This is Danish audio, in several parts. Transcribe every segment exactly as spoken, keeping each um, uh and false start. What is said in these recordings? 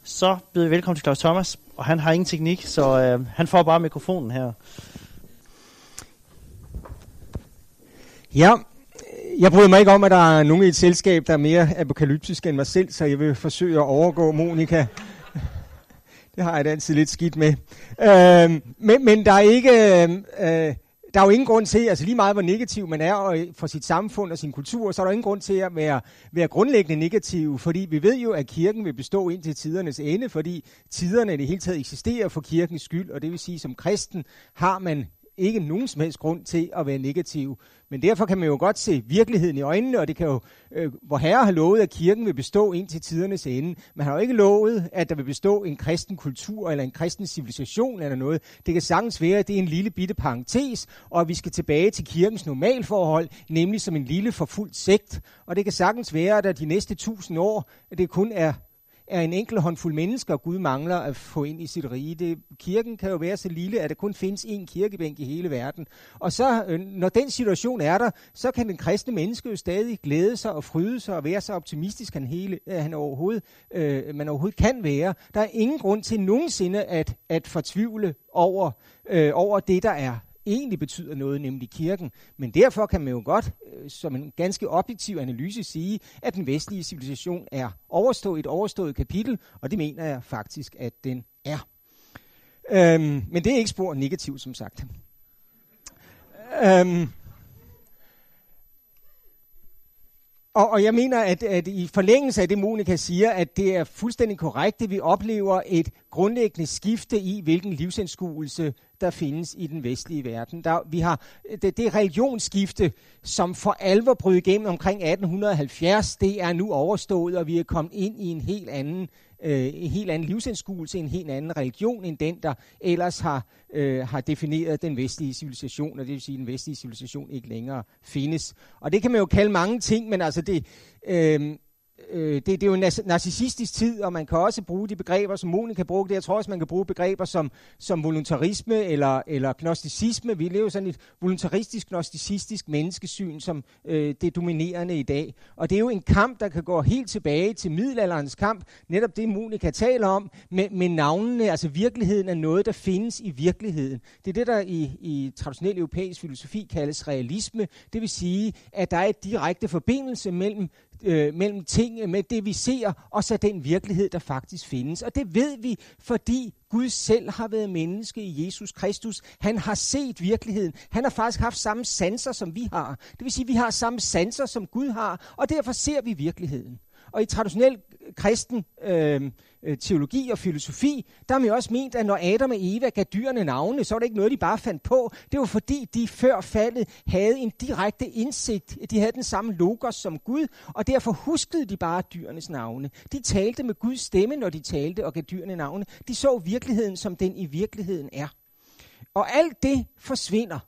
Så byder vi velkommen til Claus Thomas, og han har ingen teknik, så øh, han får bare mikrofonen her. Ja, jeg bryder mig ikke om, at der er nogen i et selskab, der er mere apokalyptisk end mig selv, så jeg vil forsøge at overgå Monika. Det har jeg da altid lidt skidt med. Øh, men, men der er ikke... Øh, Der er jo ingen grund til, altså lige meget hvor negativ man er for sit samfund og sin kultur, så er der ingen grund til at være, være grundlæggende negativ, fordi vi ved jo, at kirken vil bestå indtil tidernes ende, fordi tiderne i det hele taget eksisterer for kirkens skyld, og det vil sige, som kristen har man ikke nogen som helst grund til at være negativ. Men derfor kan man jo godt se virkeligheden i øjnene, og det kan jo, øh, hvor Herre har lovet, at kirken vil bestå indtil tidernes ende. Man har jo ikke lovet, at der vil bestå en kristen kultur eller en kristen civilisation eller noget. Det kan sagtens være, at det er en lille bitte parentes, og at vi skal tilbage til kirkens normalforhold, nemlig som en lille forfulgt sekt. Og det kan sagtens være, at der de næste tusind år, at det kun er er en enkelt håndfuld mennesker, Gud mangler at få ind i sit rige. Det, kirken kan jo være så lille, at der kun findes én kirkebænk i hele verden. Og så, øh, når den situation er der, så kan den kristne menneske jo stadig glæde sig og fryde sig og være så optimistisk, han, hele, øh, han overhovedet, øh, man overhovedet kan være. Der er ingen grund til nogensinde at, at fortvivle over, øh, over det, der er egentlig betyder noget, nemlig kirken. Men derfor kan man jo godt, øh, som en ganske objektiv analyse, sige, at den vestlige civilisation er overstået, et overstået kapitel, og det mener jeg faktisk, at den er. Øhm, men det er ikke spor negativt, som sagt. Øhm, og, og jeg mener, at, at i forlængelse af det, Monika siger, at det er fuldstændig korrekt, at vi oplever et grundlæggende skifte i, hvilken livsanskuelse der findes i den vestlige verden. Der, vi har det, det religionsskifte, som for alvor brød igennem omkring atten halvfjerds, det er nu overstået, og vi er kommet ind i en helt anden, øh, en helt anden livsanskuelse, en helt anden religion, end den, der ellers har, øh, har defineret den vestlige civilisation, og det vil sige, at den vestlige civilisation ikke længere findes. Og det kan man jo kalde mange ting, men altså det... Øh, Øh, det, det er jo en narcissistisk tid, og man kan også bruge de begreber, som Monika brugte. Jeg tror også, man kan bruge begreber som, som voluntarisme eller, eller gnosticisme. Vi lever sådan et voluntaristisk, gnosticistisk menneskesyn, som øh, det dominerende i dag. Og det er jo en kamp, der kan gå helt tilbage til middelalderens kamp. Netop det, Monika taler om, med, med navnene, altså virkeligheden er noget, der findes i virkeligheden. Det er det, der i, i traditionel europæisk filosofi kaldes realisme. Det vil sige, at der er et direkte forbindelse mellem Øh, mellem ting, med det vi ser, og så den virkelighed, der faktisk findes. Og det ved vi, fordi Gud selv har været menneske i Jesus Kristus. Han har set virkeligheden. Han har faktisk haft samme sanser, som vi har. Det vil sige, at vi har samme sanser, som Gud har, og derfor ser vi virkeligheden. Og i traditionel kristen øh, teologi og filosofi, der har man jo også ment, at når Adam og Eva gav dyrene navne, så var det ikke noget, de bare fandt på. Det var fordi, de før faldet havde en direkte indsigt. De havde den samme logos som Gud, og derfor huskede de bare dyrenes navne. De talte med Guds stemme, når de talte og gav dyrene navne. De så virkeligheden, som den i virkeligheden er. Og alt det forsvinder.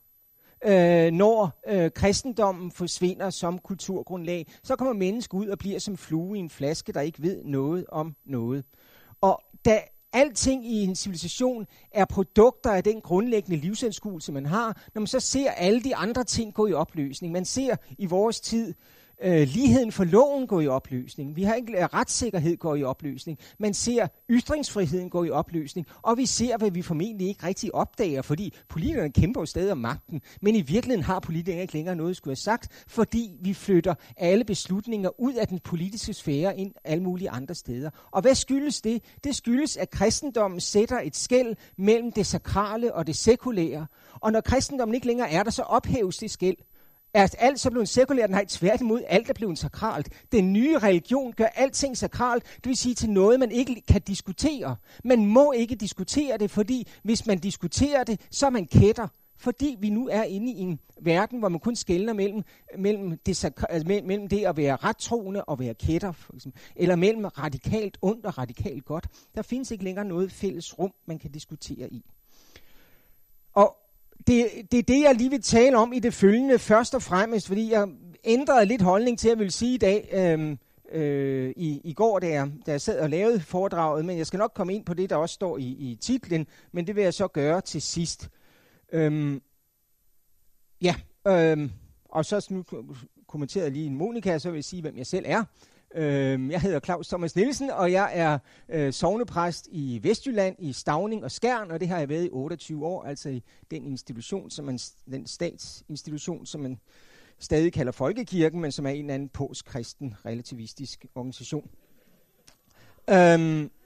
Øh, når øh, kristendommen forsvinder som kulturgrundlag, så kommer mennesker ud og bliver som flue i en flaske, der ikke ved noget om noget. Og da alting i en civilisation er produkter af den grundlæggende livsanskuelse, man har, når man så ser alle de andre ting gå i opløsning. Man ser i vores tid Øh, ligheden for loven går i opløsning. Vi har ikke retssikkerhed går i opløsning. Man ser ytringsfriheden gå i opløsning. Og vi ser, hvad vi formentlig ikke rigtig opdager, fordi politikerne kæmper jo stadig om magten. Men i virkeligheden har politikerne ikke længere noget, skulle have sagt, fordi vi flytter alle beslutninger ud af den politiske sfære ind alle mulige andre steder. Og hvad skyldes det? Det skyldes, at kristendommen sætter et skel mellem det sakrale og det sekulære. Og når kristendommen ikke længere er der, så ophæves det skel. Er alt så blevet sekulært? Nej, tværtimod, alt er blevet sakralt. Den nye religion gør alting sakralt, det vil sige til noget, man ikke kan diskutere. Man må ikke diskutere det, fordi hvis man diskuterer det, så er man kætter. Fordi vi nu er inde i en verden, hvor man kun skelner mellem, mellem, det, altså mellem det at være rettroende og være kætter, for eksempel, eller mellem radikalt ondt og radikalt godt. Der findes ikke længere noget fælles rum, man kan diskutere i. Og Det, det er det, jeg lige vil tale om i det følgende, først og fremmest, fordi jeg ændrede lidt holdning til, at jeg vil sige i dag, øh, øh, i, i går, da jeg, da jeg sad og lavede foredraget, men jeg skal nok komme ind på det, der også står i, i titlen, men det vil jeg så gøre til sidst. Øhm, ja, øhm, og så nu kommenterede jeg lige en Monika, så vil jeg sige, hvem jeg selv er. Øh, jeg hedder Claus Thomas Nielsen, og jeg er øh, sognepræst i Vestjylland, i Stauning og Skjern, og det har jeg været i otteogtyve år, altså i den institution, som man, den statsinstitution, som man stadig kalder Folkekirken, men som er en eller anden postkristen relativistisk organisation. Øhm,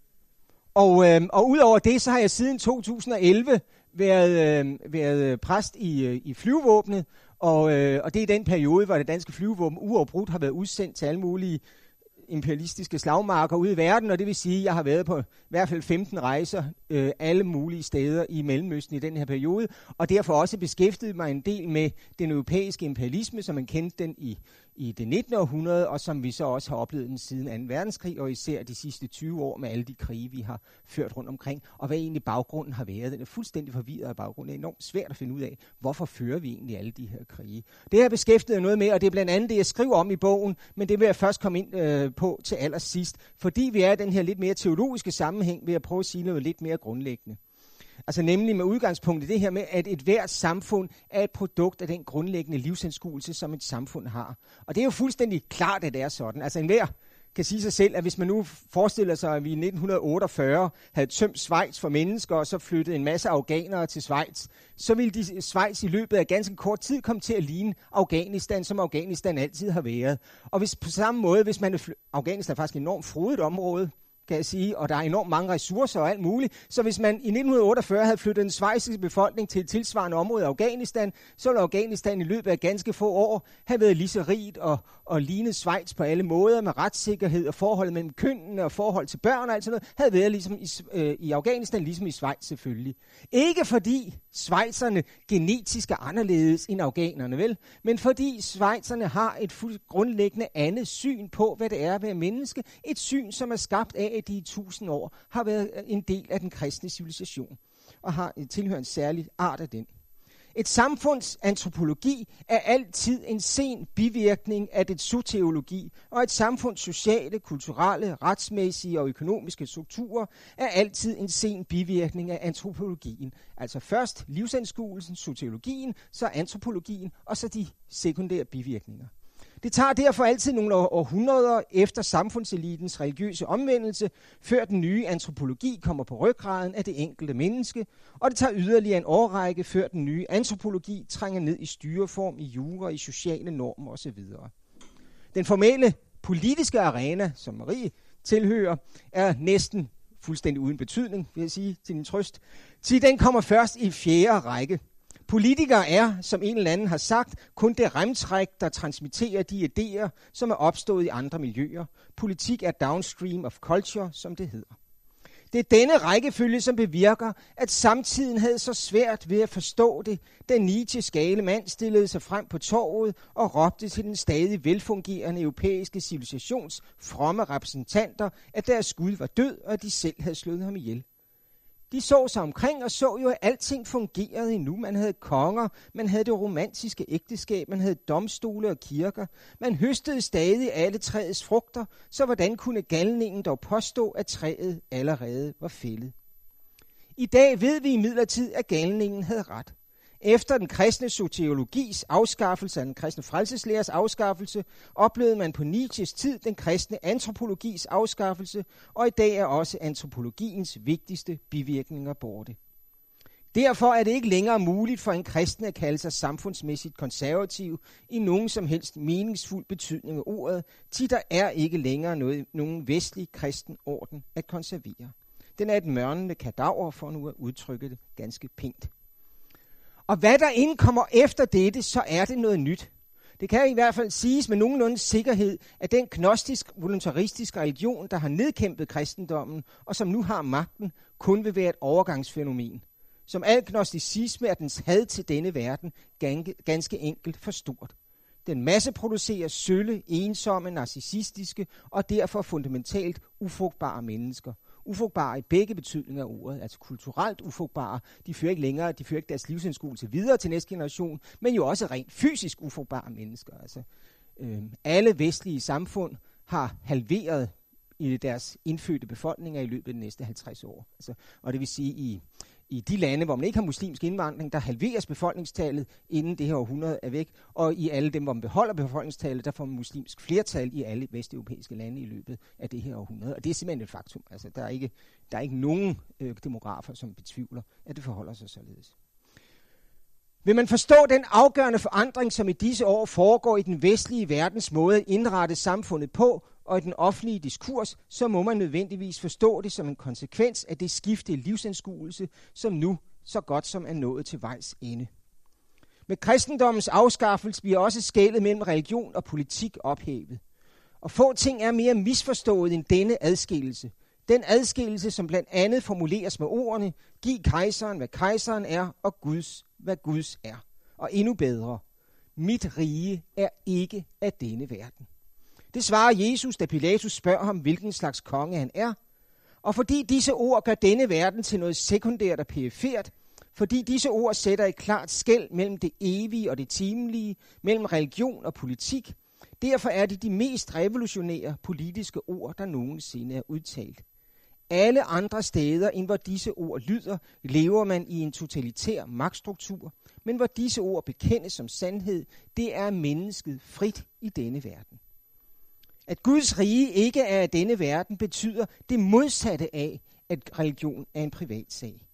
og, øhm, og udover det, så har jeg siden to tusind og elleve været, øh, været præst i, øh, i flyvevåbnet, og, øh, og det er den periode, hvor det danske flyvevåben uafbrudt har været udsendt til alle mulige imperialistiske slagmarker ude i verden, og det vil sige, at jeg har været på i hvert fald femten rejser øh, alle mulige steder i Mellemøsten i den her periode, og derfor også beskæftiget mig en del med den europæiske imperialisme, som man kendte den i, i det nittende århundrede, og som vi så også har oplevet den siden anden verdenskrig, og især de sidste tyve år med alle de krige, vi har ført rundt omkring, og hvad egentlig baggrunden har været. Den er fuldstændig forvirret af baggrunden. Det er enormt svært at finde ud af, hvorfor fører vi egentlig alle de her krige. Det har jeg beskæftiget noget med, og det er blandt andet det, jeg skriver om i bogen, men det vil jeg først komme ind øh, på til allersidst, fordi vi er i den her lidt mere teologiske sammenhæng, vil jeg prøve at sige noget lidt mere grundlæggende. Altså nemlig med udgangspunkt i det her med, at et hvert samfund er et produkt af den grundlæggende livsanskuelse, som et samfund har. Og det er jo fuldstændig klart, at det er sådan. Altså enhver kan sige sig selv, at hvis man nu forestiller sig, at vi i nitten otteogfyrre havde tømt Schweiz for mennesker, og så flyttede en masse afghanere til Schweiz, så ville de Schweiz i løbet af ganske kort tid komme til at ligne Afghanistan, som Afghanistan altid har været. Og hvis på samme måde, hvis man er Afghanistan er faktisk et enormt frodigt område, kan jeg sige, og der er enormt mange ressourcer og alt muligt. Så hvis man i nitten otteogfyrre havde flyttet en schweizisk befolkning til et tilsvarende område af Afghanistan, så ville Afghanistan i løbet af ganske få år have været lige så rigt og, og lignet Schweiz på alle måder, med retssikkerhed og forholdet mellem kønnene og forhold til børn og alt sådan noget, havde været ligesom i, øh, i Afghanistan, ligesom i Schweiz selvfølgelig. Ikke fordi schweizerne genetisk er anderledes end afghanerne, vel? Men fordi schweizerne har et fuldt grundlæggende andet syn på, hvad det er at være menneske. Et syn, som er skabt af, at de i tusind år har været en del af den kristne civilisation og har tilhørt en særlig art af den. Et samfunds antropologi er altid en sen bivirkning af det soteologi, og et samfunds sociale, kulturelle, retsmæssige og økonomiske strukturer er altid en sen bivirkning af antropologien. Altså først livsanskuelsen, soteologien, så antropologien og så de sekundære bivirkninger. Det tager derfor altid nogle århundreder efter samfundselitens religiøse omvendelse, før den nye antropologi kommer på ryggraden af det enkelte menneske, og det tager yderligere en årrække, før den nye antropologi trænger ned i styreform, i jura, i sociale normer osv. Den formelle politiske arena, som Marie tilhører, er næsten fuldstændig uden betydning, vil jeg sige til din trøst, til den kommer først i fjerde række. Politikere er, som en eller anden har sagt, kun det remtræk, der transmitterer de idéer, som er opstået i andre miljøer. Politik er downstream of culture, som det hedder. Det er denne rækkefølge, som bevirker, at samtiden havde så svært ved at forstå det, da Nietzsches gale mand stillede sig frem på torvet og råbte til den stadig velfungerende europæiske civilisations fromme repræsentanter, at deres Gud var død, og at de selv havde slået ham ihjel. De så sig omkring og så jo, at alting fungerede endnu. Man havde konger, man havde det romantiske ægteskab, man havde domstole og kirker. Man høstede stadig alle træets frugter, så hvordan kunne galningen dog påstå, at træet allerede var fældet? I dag ved vi imidlertid, at galningen havde ret. Efter den kristne soteriologis afskaffelse, af den kristne frelseslæres afskaffelse, oplevede man på Nietzsches tid den kristne antropologis afskaffelse, og i dag er også antropologiens vigtigste bivirkninger borte. Derfor er det ikke længere muligt for en kristen at kalde sig samfundsmæssigt konservativ i nogen som helst meningsfuld betydning af ordet, til der er ikke længere noget, nogen vestlig kristen orden at konservere. Den er et mørnende kadaver, for nu at udtrykke det ganske pænt. Og hvad der indkommer efter dette, så er det noget nyt. Det kan i hvert fald siges med nogenlunde sikkerhed, at den gnostisk-voluntaristiske religion, der har nedkæmpet kristendommen, og som nu har magten, kun vil være et overgangsfænomen. Som al gnosticisme er dens had til denne verden ganske enkelt for stort. Den masseproducerer sølle, ensomme, narcissistiske og derfor fundamentalt ufrugtbare mennesker. Ufrugtbare i begge betydninger af ordet, altså kulturelt ufrugtbare. De fører ikke længere, de fører ikke deres livsanskuelse videre til næste generation, men jo også rent fysisk ufrugtbare mennesker. Altså, øh, alle vestlige samfund har halveret i deres indfødte befolkninger i løbet af de næste halvtreds år. Altså, og det vil sige, i I de lande, hvor man ikke har muslimsk indvandring, der halveres befolkningstallet, inden det her århundrede er væk. Og i alle dem, hvor man beholder befolkningstallet, der får man muslimsk flertal i alle vesteuropæiske lande i løbet af det her århundrede. Og det er simpelthen et faktum. Altså, der er ikke, der er ikke nogen øh, demografer, som betvivler, at det forholder sig således. Vil man forstå den afgørende forandring, som i disse år foregår i den vestlige verdens måde at indrette samfundet på, og i den offentlige diskurs, så må man nødvendigvis forstå det som en konsekvens af det skifte i livsanskuelse, som nu så godt som er nået til vejs ende. Med kristendommens afskaffelse bliver også skellet mellem religion og politik ophævet. Og få ting er mere misforstået end denne adskillelse. Den adskillelse, som blandt andet formuleres med ordene, giv kejseren, hvad kejseren er, og Guds, hvad Guds er. Og endnu bedre, mit rige er ikke af denne verden. Det svarer Jesus, da Pilatus spørger ham, hvilken slags konge han er. Og fordi disse ord gør denne verden til noget sekundært og perifert, fordi disse ord sætter et klart skel mellem det evige og det timelige, mellem religion og politik, derfor er det de mest revolutionære politiske ord, der nogensinde er udtalt. Alle andre steder, end hvor disse ord lyder, lever man i en totalitær magtstruktur, men hvor disse ord bekendes som sandhed, det er mennesket frit i denne verden. At Guds rige ikke er af denne verden, betyder det modsatte af, at religion er en privat sag.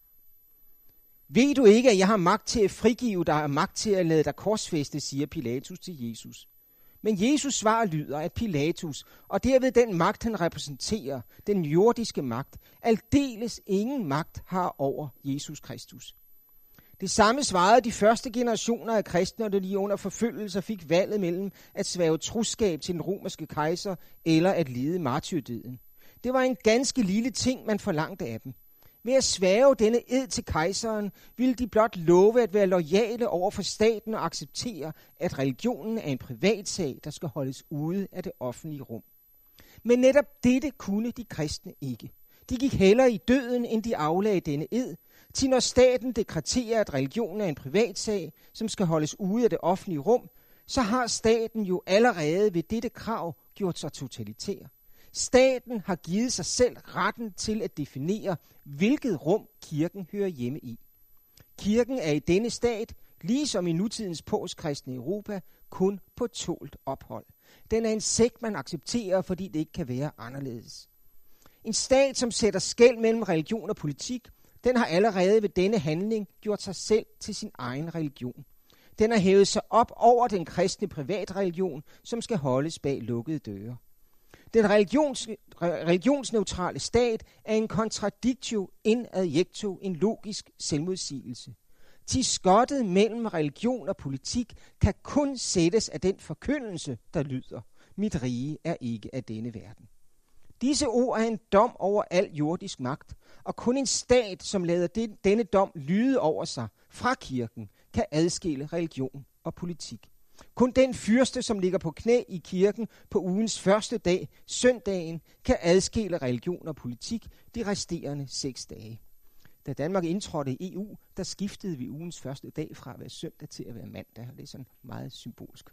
Ved du ikke, at jeg har magt til at frigive dig og magt til at lade dig korsfæste, siger Pilatus til Jesus. Men Jesus svar lyder, at Pilatus, og derved den magt, han repræsenterer, den jordiske magt, aldeles ingen magt har over Jesus Kristus. Det samme svarede de første generationer af kristne, der lige under forfølgelser fik valget mellem at svæve troskab til den romerske kejser eller at lide martyrdøden. Det var en ganske lille ting, man forlangte af dem. Ved at svæve denne ed til kejseren, ville de blot love at være loyale over for staten og acceptere, at religionen er en privatsag, der skal holdes ude af det offentlige rum. Men netop dette kunne de kristne ikke. De gik hellere i døden, end de aflagde denne ed, til når staten dekreterer, at religionen er en privatsag, som skal holdes ude af det offentlige rum, så har staten jo allerede ved dette krav gjort sig totalitær. Staten har givet sig selv retten til at definere, hvilket rum kirken hører hjemme i. Kirken er i denne stat, ligesom i nutidens postkristne Europa, kun på tålt ophold. Den er en sekt, man accepterer, fordi det ikke kan være anderledes. En stat, som sætter skel mellem religion og politik, den har allerede ved denne handling gjort sig selv til sin egen religion. Den har hævet sig op over den kristne privatreligion, som skal holdes bag lukkede døre. Den religions, religionsneutrale stat er en contradictio in adjecto, en logisk selvmodsigelse. Til skottet mellem religion og politik kan kun sættes af den forkyndelse, der lyder, mit rige er ikke af denne verden. Disse ord er en dom over al jordisk magt, og kun en stat, som lader den, denne dom lyde over sig fra kirken, kan adskille religion og politik. Kun den fyrste, som ligger på knæ i kirken på ugens første dag, søndagen, kan adskille religion og politik de resterende seks dage. Da Danmark indtrådte i E U, der skiftede vi ugens første dag fra at være søndag til at være mandag. Det er sådan meget symbolsk.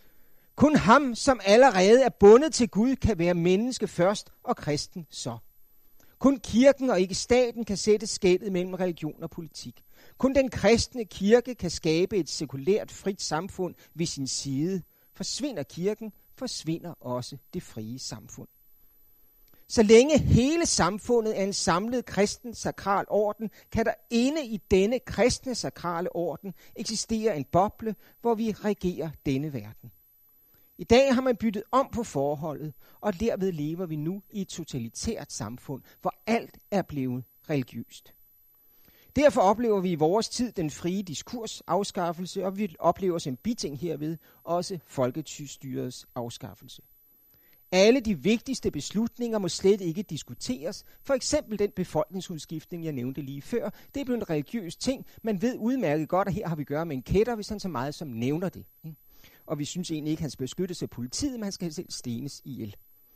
Kun ham, som allerede er bundet til Gud, kan være menneske først og kristen så. Kun kirken og ikke staten kan sætte skellet mellem religion og politik. Kun den kristne kirke kan skabe et sekulært frit samfund ved sin side. Forsvinder kirken, forsvinder også det frie samfund. Så længe hele samfundet er en samlet kristen sakral orden, kan der inde i denne kristne sakrale orden eksistere en boble, hvor vi regerer denne verden. I dag har man byttet om på forholdet, og derved lever vi nu i et totalitært samfund, hvor alt er blevet religiøst. Derfor oplever vi i vores tid den frie diskurs afskaffelse, og vi oplever som biting herved også folkestyrets afskaffelse. Alle de vigtigste beslutninger må slet ikke diskuteres. For eksempel den befolkningsudskiftning, jeg nævnte lige før. Det er blevet en religiøs ting. Man ved udmærket godt, at her har vi at gøre med en kætter, hvis han så meget som nævner det. Og vi synes egentlig ikke, at han skal beskyttes af politiet, men han skal selv stenes ihjel.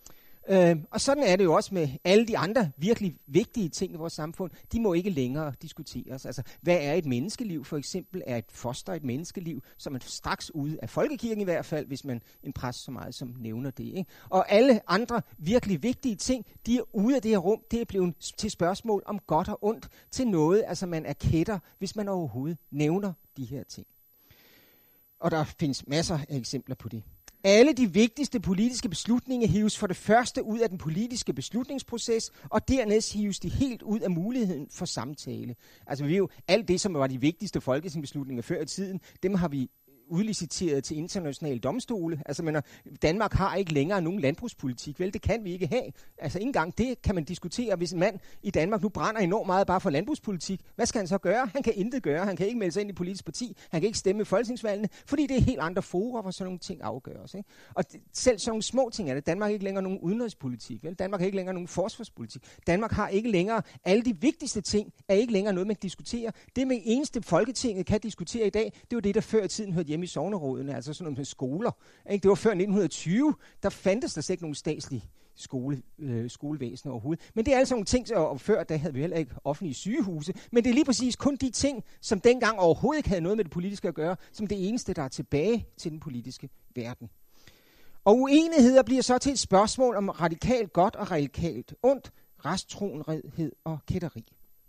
Øh, og sådan er det jo også med alle de andre virkelig vigtige ting i vores samfund. De må ikke længere diskuteres. Altså, hvad er et menneskeliv? For eksempel er et foster et menneskeliv, som er straks ude af folkekirken i hvert fald, hvis man en præst så meget som nævner det. Ikke? Og alle andre virkelig vigtige ting, de er ude af det her rum. Det er blevet til spørgsmål om godt og ondt, til noget, altså man er kætter, hvis man overhovedet nævner de her ting. Og der findes masser af eksempler på det. Alle de vigtigste politiske beslutninger hives for det første ud af den politiske beslutningsproces, og dernæst hives de helt ud af muligheden for samtale. Altså vi jo alt det, som var de vigtigste folketingsbeslutninger før i tiden, dem har vi udliciteret til internationale domstole. Altså, men Danmark har ikke længere nogen landbrugspolitik, vel? Det kan vi ikke have. Altså, ikke engang det kan man diskutere. Hvis en mand i Danmark nu brænder enormt meget bare for landbrugspolitik, hvad skal han så gøre? Han kan intet gøre. Han kan ikke melde sig ind i politisk parti. Han kan ikke stemme i folketingsvalgene, fordi det er helt andre fora, hvor sådan nogle ting afgøres. Ikke? Og det, selv sådan nogle små ting er det. Danmark har ikke længere nogen udenrigspolitik, vel? Danmark har ikke længere nogen forsvarspolitik. Danmark har ikke længere alle de vigtigste ting, er ikke længere noget, man diskuterer. Det med eneste Folketinget kan diskutere i dag, det var det, der før i tiden hørte hjemme i sognerådene, altså sådan noget med skoler. Ikke? Det var før nitten tyve, der fandtes der slet ikke nogen statslige skole, øh, skolevæsen overhovedet. Men det er altså nogle ting, og, og før der havde vi heller ikke offentlige sygehuse, men det er lige præcis kun de ting, som dengang overhovedet ikke havde noget med det politiske at gøre, som det eneste, der er tilbage til den politiske verden. Og uenigheder bliver så til et spørgsmål om radikalt godt og radikalt ondt, resttroenredhed og kætteri.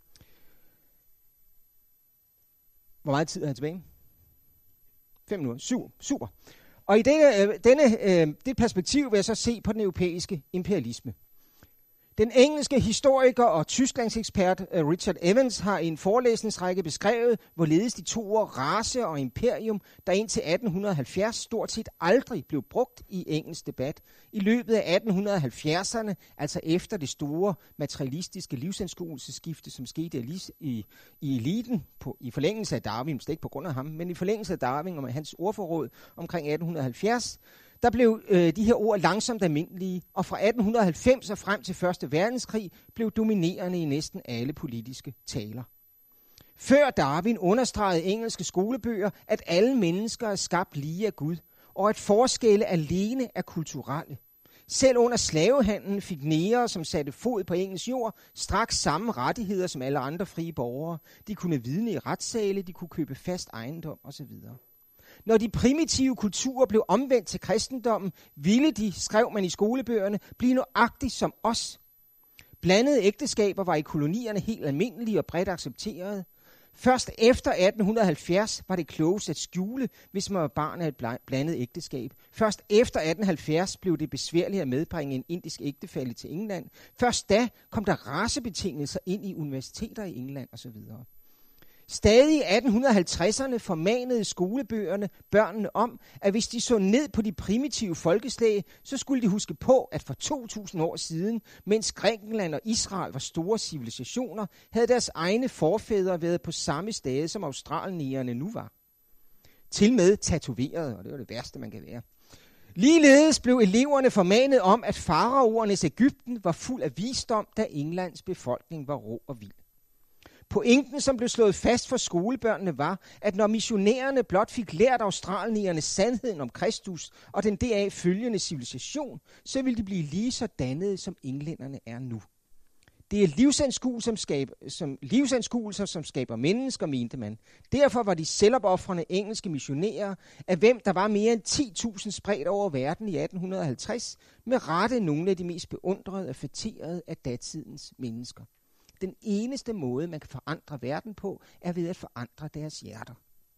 Hvor meget tid er tilbage? Fem minutter. Super. Super. Og i denne, øh, denne, øh, det perspektiv vil jeg så se på den europæiske imperialisme. Den engelske historiker og tysklandsekspert uh, Richard Evans har i en forelæsningsrække beskrevet, hvorledes de to ord race og imperium, der indtil atten halvfjerds stort set aldrig blev brugt i engelsk debat, i løbet af atten halvfjerdserne, altså efter det store materialistiske livsanskuelseskifte, som skete i, i, i eliten, på, i forlængelse af Darwin, ikke på grund af ham, men i forlængelse af Darwin og med hans ordforråd omkring atten halvfjerds, der blev øh, de her ord langsomt almindelige, og fra atten halvfems og frem til første verdenskrig blev dominerende i næsten alle politiske taler. Før Darwin understregede engelske skolebøger, at alle mennesker er skabt lige af Gud, og at forskelle alene er kulturelle. Selv under slavehandlen fik negere, som satte fod på engelsk jord, straks samme rettigheder som alle andre frie borgere. De kunne vidne i retssale, de kunne købe fast ejendom osv. Når de primitive kulturer blev omvendt til kristendommen, ville de, skrev man i skolebøgerne, blive nøjagtigt som os. Blandede ægteskaber var i kolonierne helt almindelige og bredt accepterede. Først efter atten halvfjerds var det klogest at skjule, hvis man var barn af et blandet ægteskab. Først efter atten halvfjerds blev det besværligt at medbringe en indisk ægtefælle til England. Først da kom der racebetingelser ind i universiteter i England osv. Stadig i atten halvtredserne formanede skolebøgerne børnene om, at hvis de så ned på de primitive folkeslag, så skulle de huske på, at for to tusind år siden, mens Grækenland og Israel var store civilisationer, havde deres egne forfædre været på samme sted, som australnegerne nu var. Til med tatoveret, og det var det værste, man kan være. Ligeledes blev eleverne formanet om, at faraoernes Egypten var fuld af visdom, da Englands befolkning var rå og vild. Pointen, som blev slået fast for skolebørnene, var, at når missionærerne blot fik lært australnegerne sandheden om Kristus og den deraf følgende civilisation, så ville de blive lige så dannede, som englænderne er nu. Det er livsanskuelser, som, skaber, som, livsanskuelser, som skaber mennesker, mente man. Derfor var de selvopoffrende engelske missionærer, af hvem der var mere end ti tusind spredt over verden i atten halvtreds, med rette nogle af de mest beundrede og fætterede af datidens mennesker. Den eneste måde, man kan forandre verden på, er ved at forandre deres hjerter.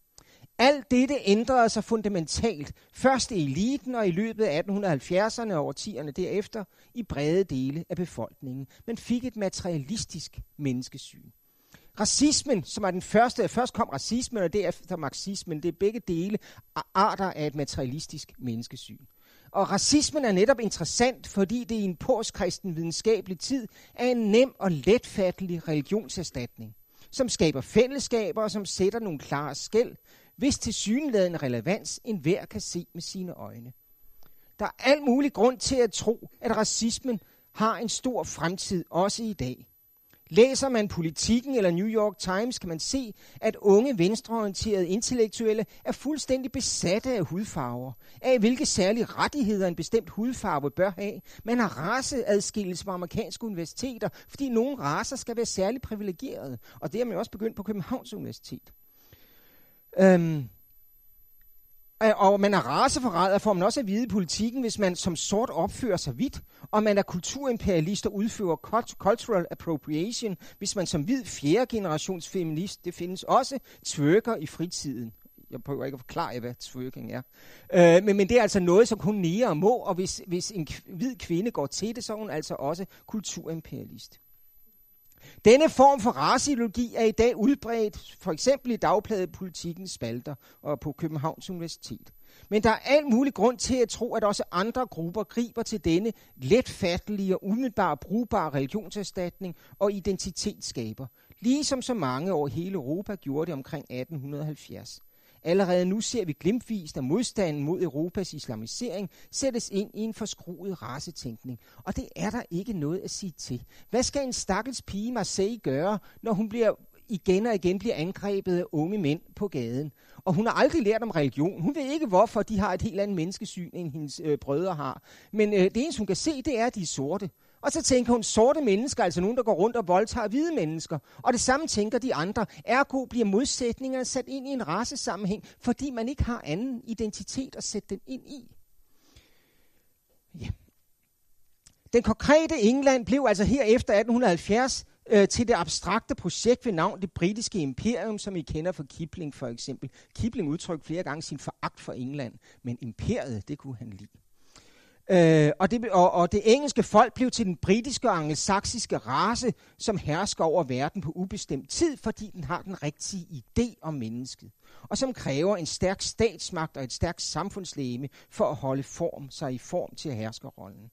Alt dette ændrede sig fundamentalt, først i eliten og i løbet af atten halvfjerdserne og årtierne derefter, i brede dele af befolkningen, men fik et materialistisk menneskesyn. Racismen, som er den første, først kom racismen og derefter marxismen, det er begge dele arter af et materialistisk menneskesyn. Og racismen er netop interessant, fordi det i en postkristen videnskabelig tid er en nem og letfattelig religionserstatning, som skaber fællesskaber og som sætter nogle klare skel, hvis tilsyneladende relevans enhver kan se med sine øjne. Der er al mulig grund til at tro, at racismen har en stor fremtid også i dag. Læser man Politiken eller New York Times, kan man se, at unge venstreorienterede intellektuelle er fuldstændig besatte af hudfarver, af hvilke særlige rettigheder en bestemt hudfarve bør have. Man har raceadskillelse på amerikanske universiteter, fordi nogle racer skal være særligt privilegerede, og det er man også begyndt på Københavns Universitet. Øhm Og man er raceforræder, får man også at vide i Politiken, hvis man som sort opfører sig hvidt, og man er kulturimperialist og udfører cultural appropriation, hvis man som hvid fjerde generations feminist, det findes også, twerker i fritiden. Jeg prøver ikke at forklare, hvad twerking er. Øh, men, men det er altså noget, som kun nære må, og hvis, hvis en k- hvid kvinde går til det, så er hun altså også kulturimperialist. Denne form for raceideologi er i dag udbredt, for eksempel i dagbladet Politikens spalter og på Københavns Universitet. Men der er al mulig grund til at tro, at også andre grupper griber til denne letfattelige og umiddelbare brugbare religionserstatning og identitetsskaber, ligesom så mange over hele Europa gjorde det omkring atten halvfjerds. Allerede nu ser vi glimtvist, at modstanden mod Europas islamisering sættes ind i en forskruet racetænkning. Og det er der ikke noget at sige til. Hvad skal en stakkels pige Marseille gøre, når hun bliver igen og igen bliver angrebet af unge mænd på gaden? Og hun har aldrig lært om religion. Hun ved ikke, hvorfor de har et helt andet menneskesyn, end hendes øh, brødre har. Men øh, det eneste, hun kan se, det er, at de er sorte. Og så tænker hun, sorte mennesker, altså nogen, der går rundt og voldtager hvide mennesker. Og det samme tænker de andre. Ergo bliver modsætningerne sat ind i en racesammenhæng, fordi man ikke har anden identitet at sætte den ind i. Ja. Den konkrete England blev altså her efter atten halvfjerds øh, til det abstrakte projekt ved navn det britiske imperium, som I kender fra Kipling for eksempel. Kipling udtrykte flere gange sin foragt for England, men imperiet, det kunne han lide. Øh, og, det, og, og det engelske folk blev til den britiske og angelsaksiske race, som hersker over verden på ubestemt tid, fordi den har den rigtige idé om mennesket, og som kræver en stærk statsmagt og et stærkt samfundslegeme for at holde form, sig i form til herskerrollen.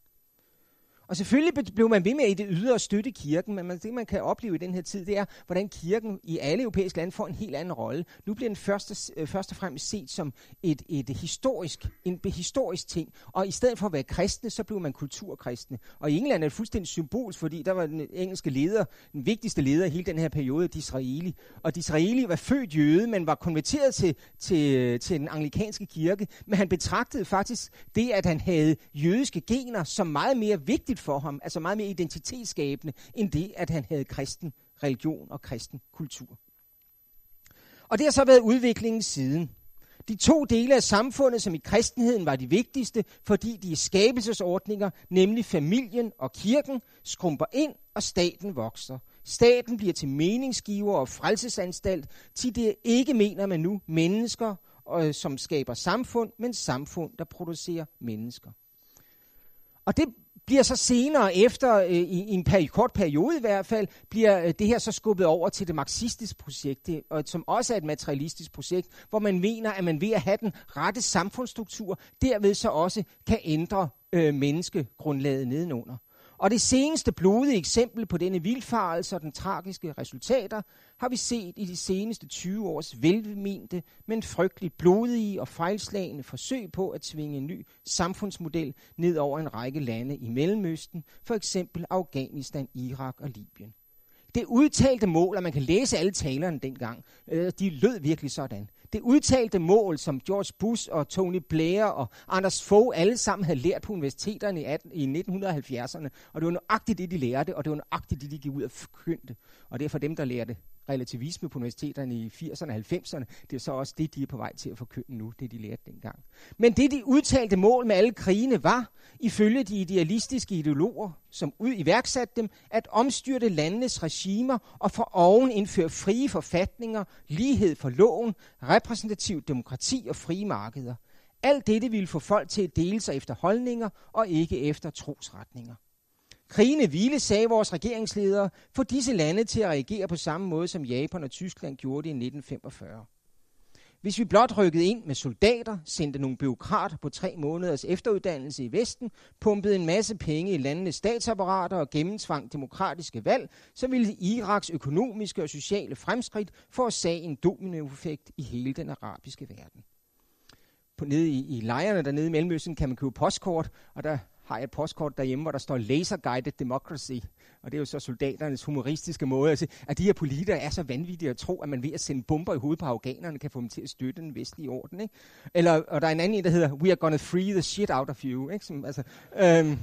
Og selvfølgelig blev man ved med i det ydre støtte kirken, men det man kan opleve i den her tid, det er, hvordan kirken i alle europæiske lande får en helt anden rolle. Nu bliver den først, øh, først og fremmest set som et, et historisk, en historisk ting, og i stedet for at være kristne, så blev man kulturkristne. Og i England er det fuldstændig symbolsk, fordi der var den engelske leder, den vigtigste leder i hele den her periode, Disraeli. Og Disraeli var født jøde, men var konverteret til, til, til den anglikanske kirke, men han betragtede faktisk det, at han havde jødiske gener, som meget mere vigtigt for ham, altså meget mere identitetsskabende, end det, at han havde kristen religion og kristen kultur. Og det har så været udviklingen siden. De to dele af samfundet, som i kristenheden var de vigtigste, fordi de er skabelsesordninger, nemlig familien og kirken, skrumper ind, og staten vokser. Staten bliver til meningsgiver og frelsesanstalt, til det ikke mener man nu mennesker, øh, som skaber samfund, men samfund, der producerer mennesker. Og det bliver så senere efter, øh, i, i en peri- kort periode i hvert fald, bliver øh, det her så skubbet over til det marxistiske projekt, det, og, som også er et materialistisk projekt, hvor man mener, at man ved at have den rette samfundsstruktur, derved så også kan ændre øh, menneskegrundlaget nedenunder. Og det seneste blodige eksempel på denne vildfarelse og den tragiske resultater har vi set i de seneste tyve års velmente, men frygteligt blodige og fejlslagende forsøg på at tvinge en ny samfundsmodel ned over en række lande i Mellemøsten, for eksempel Afghanistan, Irak og Libyen. Det udtalte mål, og man kan læse alle talerne dengang, øh, de lød virkelig sådan. Det udtalte mål, som George Bush og Tony Blair og Anders Fogh alle sammen havde lært på universiteterne i, atten, i nitten halvfjerdserne, og det var nøjagtigt det, de lærte, og det var nøjagtigt det, de gik ud og forkyndte. Og det er for dem, der lærte relativisme på universiteterne i firserne og halvfemserne, det er så også det, de er på vej til at forkynde nu, det de lærte dengang. Men det, de udtalte mål med alle krigene var, ifølge de idealistiske ideologer, som ud iværksatte dem, at omstyrte landenes regimer og for oven indføre frie forfatninger, lighed for loven, repræsentativ demokrati og frie markeder. Alt dette ville få folk til at dele sig efter holdninger og ikke efter trosretninger. Krigene ville, sagde vores regeringsledere, få disse lande til at reagere på samme måde, som Japan og Tyskland gjorde det i nitten femogfyrre. Hvis vi blot rykkede ind med soldater, sendte nogle bureaukrater på tre måneders efteruddannelse i Vesten, pumpede en masse penge i landenes statsapparater og gennemtvang demokratiske valg, så ville Iraks økonomiske og sociale fremskridt forårsage en dominoeffekt i hele den arabiske verden. På, nede i, i lejrene dernede i Mellemøsten kan man købe postkort, og der har jeg et postkort derhjemme, hvor der står laser-guided democracy. Og det er jo så soldaternes humoristiske måde at sige, at de her politikere er så vanvittige at tro, at man ved at sende bomber i hovedet på afghanerne, kan få dem til at støtte den vestlige orden. Ikke? Eller, og der er en anden en, der hedder, we are gonna free the shit out of you. Ikke? Som, altså, øhm,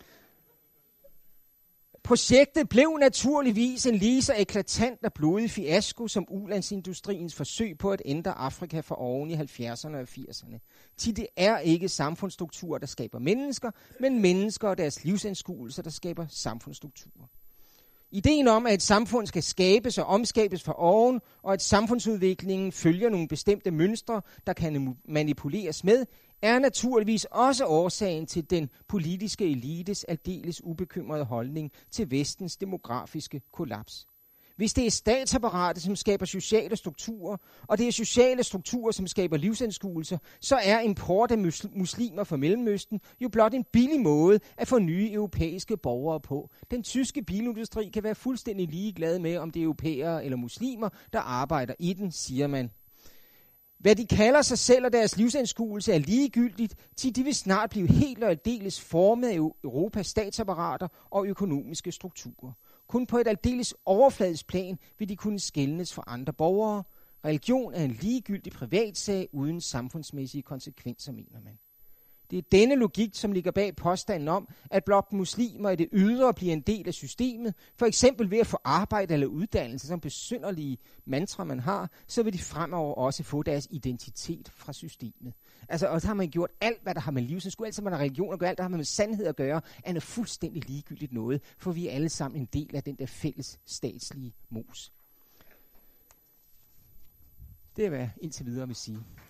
Projektet blev naturligvis en lige så eklatant og blodig fiasko som ulandsindustriens forsøg på at ændre Afrika fra oven i halvfjerdserne og firserne. Til det er ikke samfundsstrukturer, der skaber mennesker, men mennesker og deres livsanskuelser, der skaber samfundsstrukturer. Ideen om, at et samfund skal skabes og omskabes fra oven, og at samfundsudviklingen følger nogle bestemte mønstre, der kan manipuleres med, er naturligvis også årsagen til den politiske elites aldeles ubekymrede holdning til vestens demografiske kollaps. Hvis det er statsapparatet, som skaber sociale strukturer, og det er sociale strukturer, som skaber livsanskuelser, så er import af muslimer fra Mellemøsten jo blot en billig måde at få nye europæiske borgere på. Den tyske bilindustri kan være fuldstændig ligeglad med, om det er europæere eller muslimer, der arbejder i den, siger man. Hvad de kalder sig selv og deres livsanskuelse er ligegyldigt, til de vil snart blive helt og aldeles formet af Europas statsapparater og økonomiske strukturer. Kun på et aldeles overfladisk plan vil de kunne skelnes fra andre borgere. Religion er en ligegyldig privatsag uden samfundsmæssige konsekvenser, mener man. Det er denne logik, som ligger bag påstanden om, at blot muslimer i det ydre bliver en del af systemet, for eksempel ved at få arbejde eller uddannelse, som besynderlige mantra man har, så vil de fremover også få deres identitet fra systemet. Altså, og så har man gjort alt, hvad der har med livsanskuelse, alt, hvad der har religion at gøre, alt, der har med sandhed at gøre, er noget fuldstændig ligegyldigt noget, for vi er alle sammen en del af den der fælles statslige mos. Det er, hvad jeg indtil videre vil sige.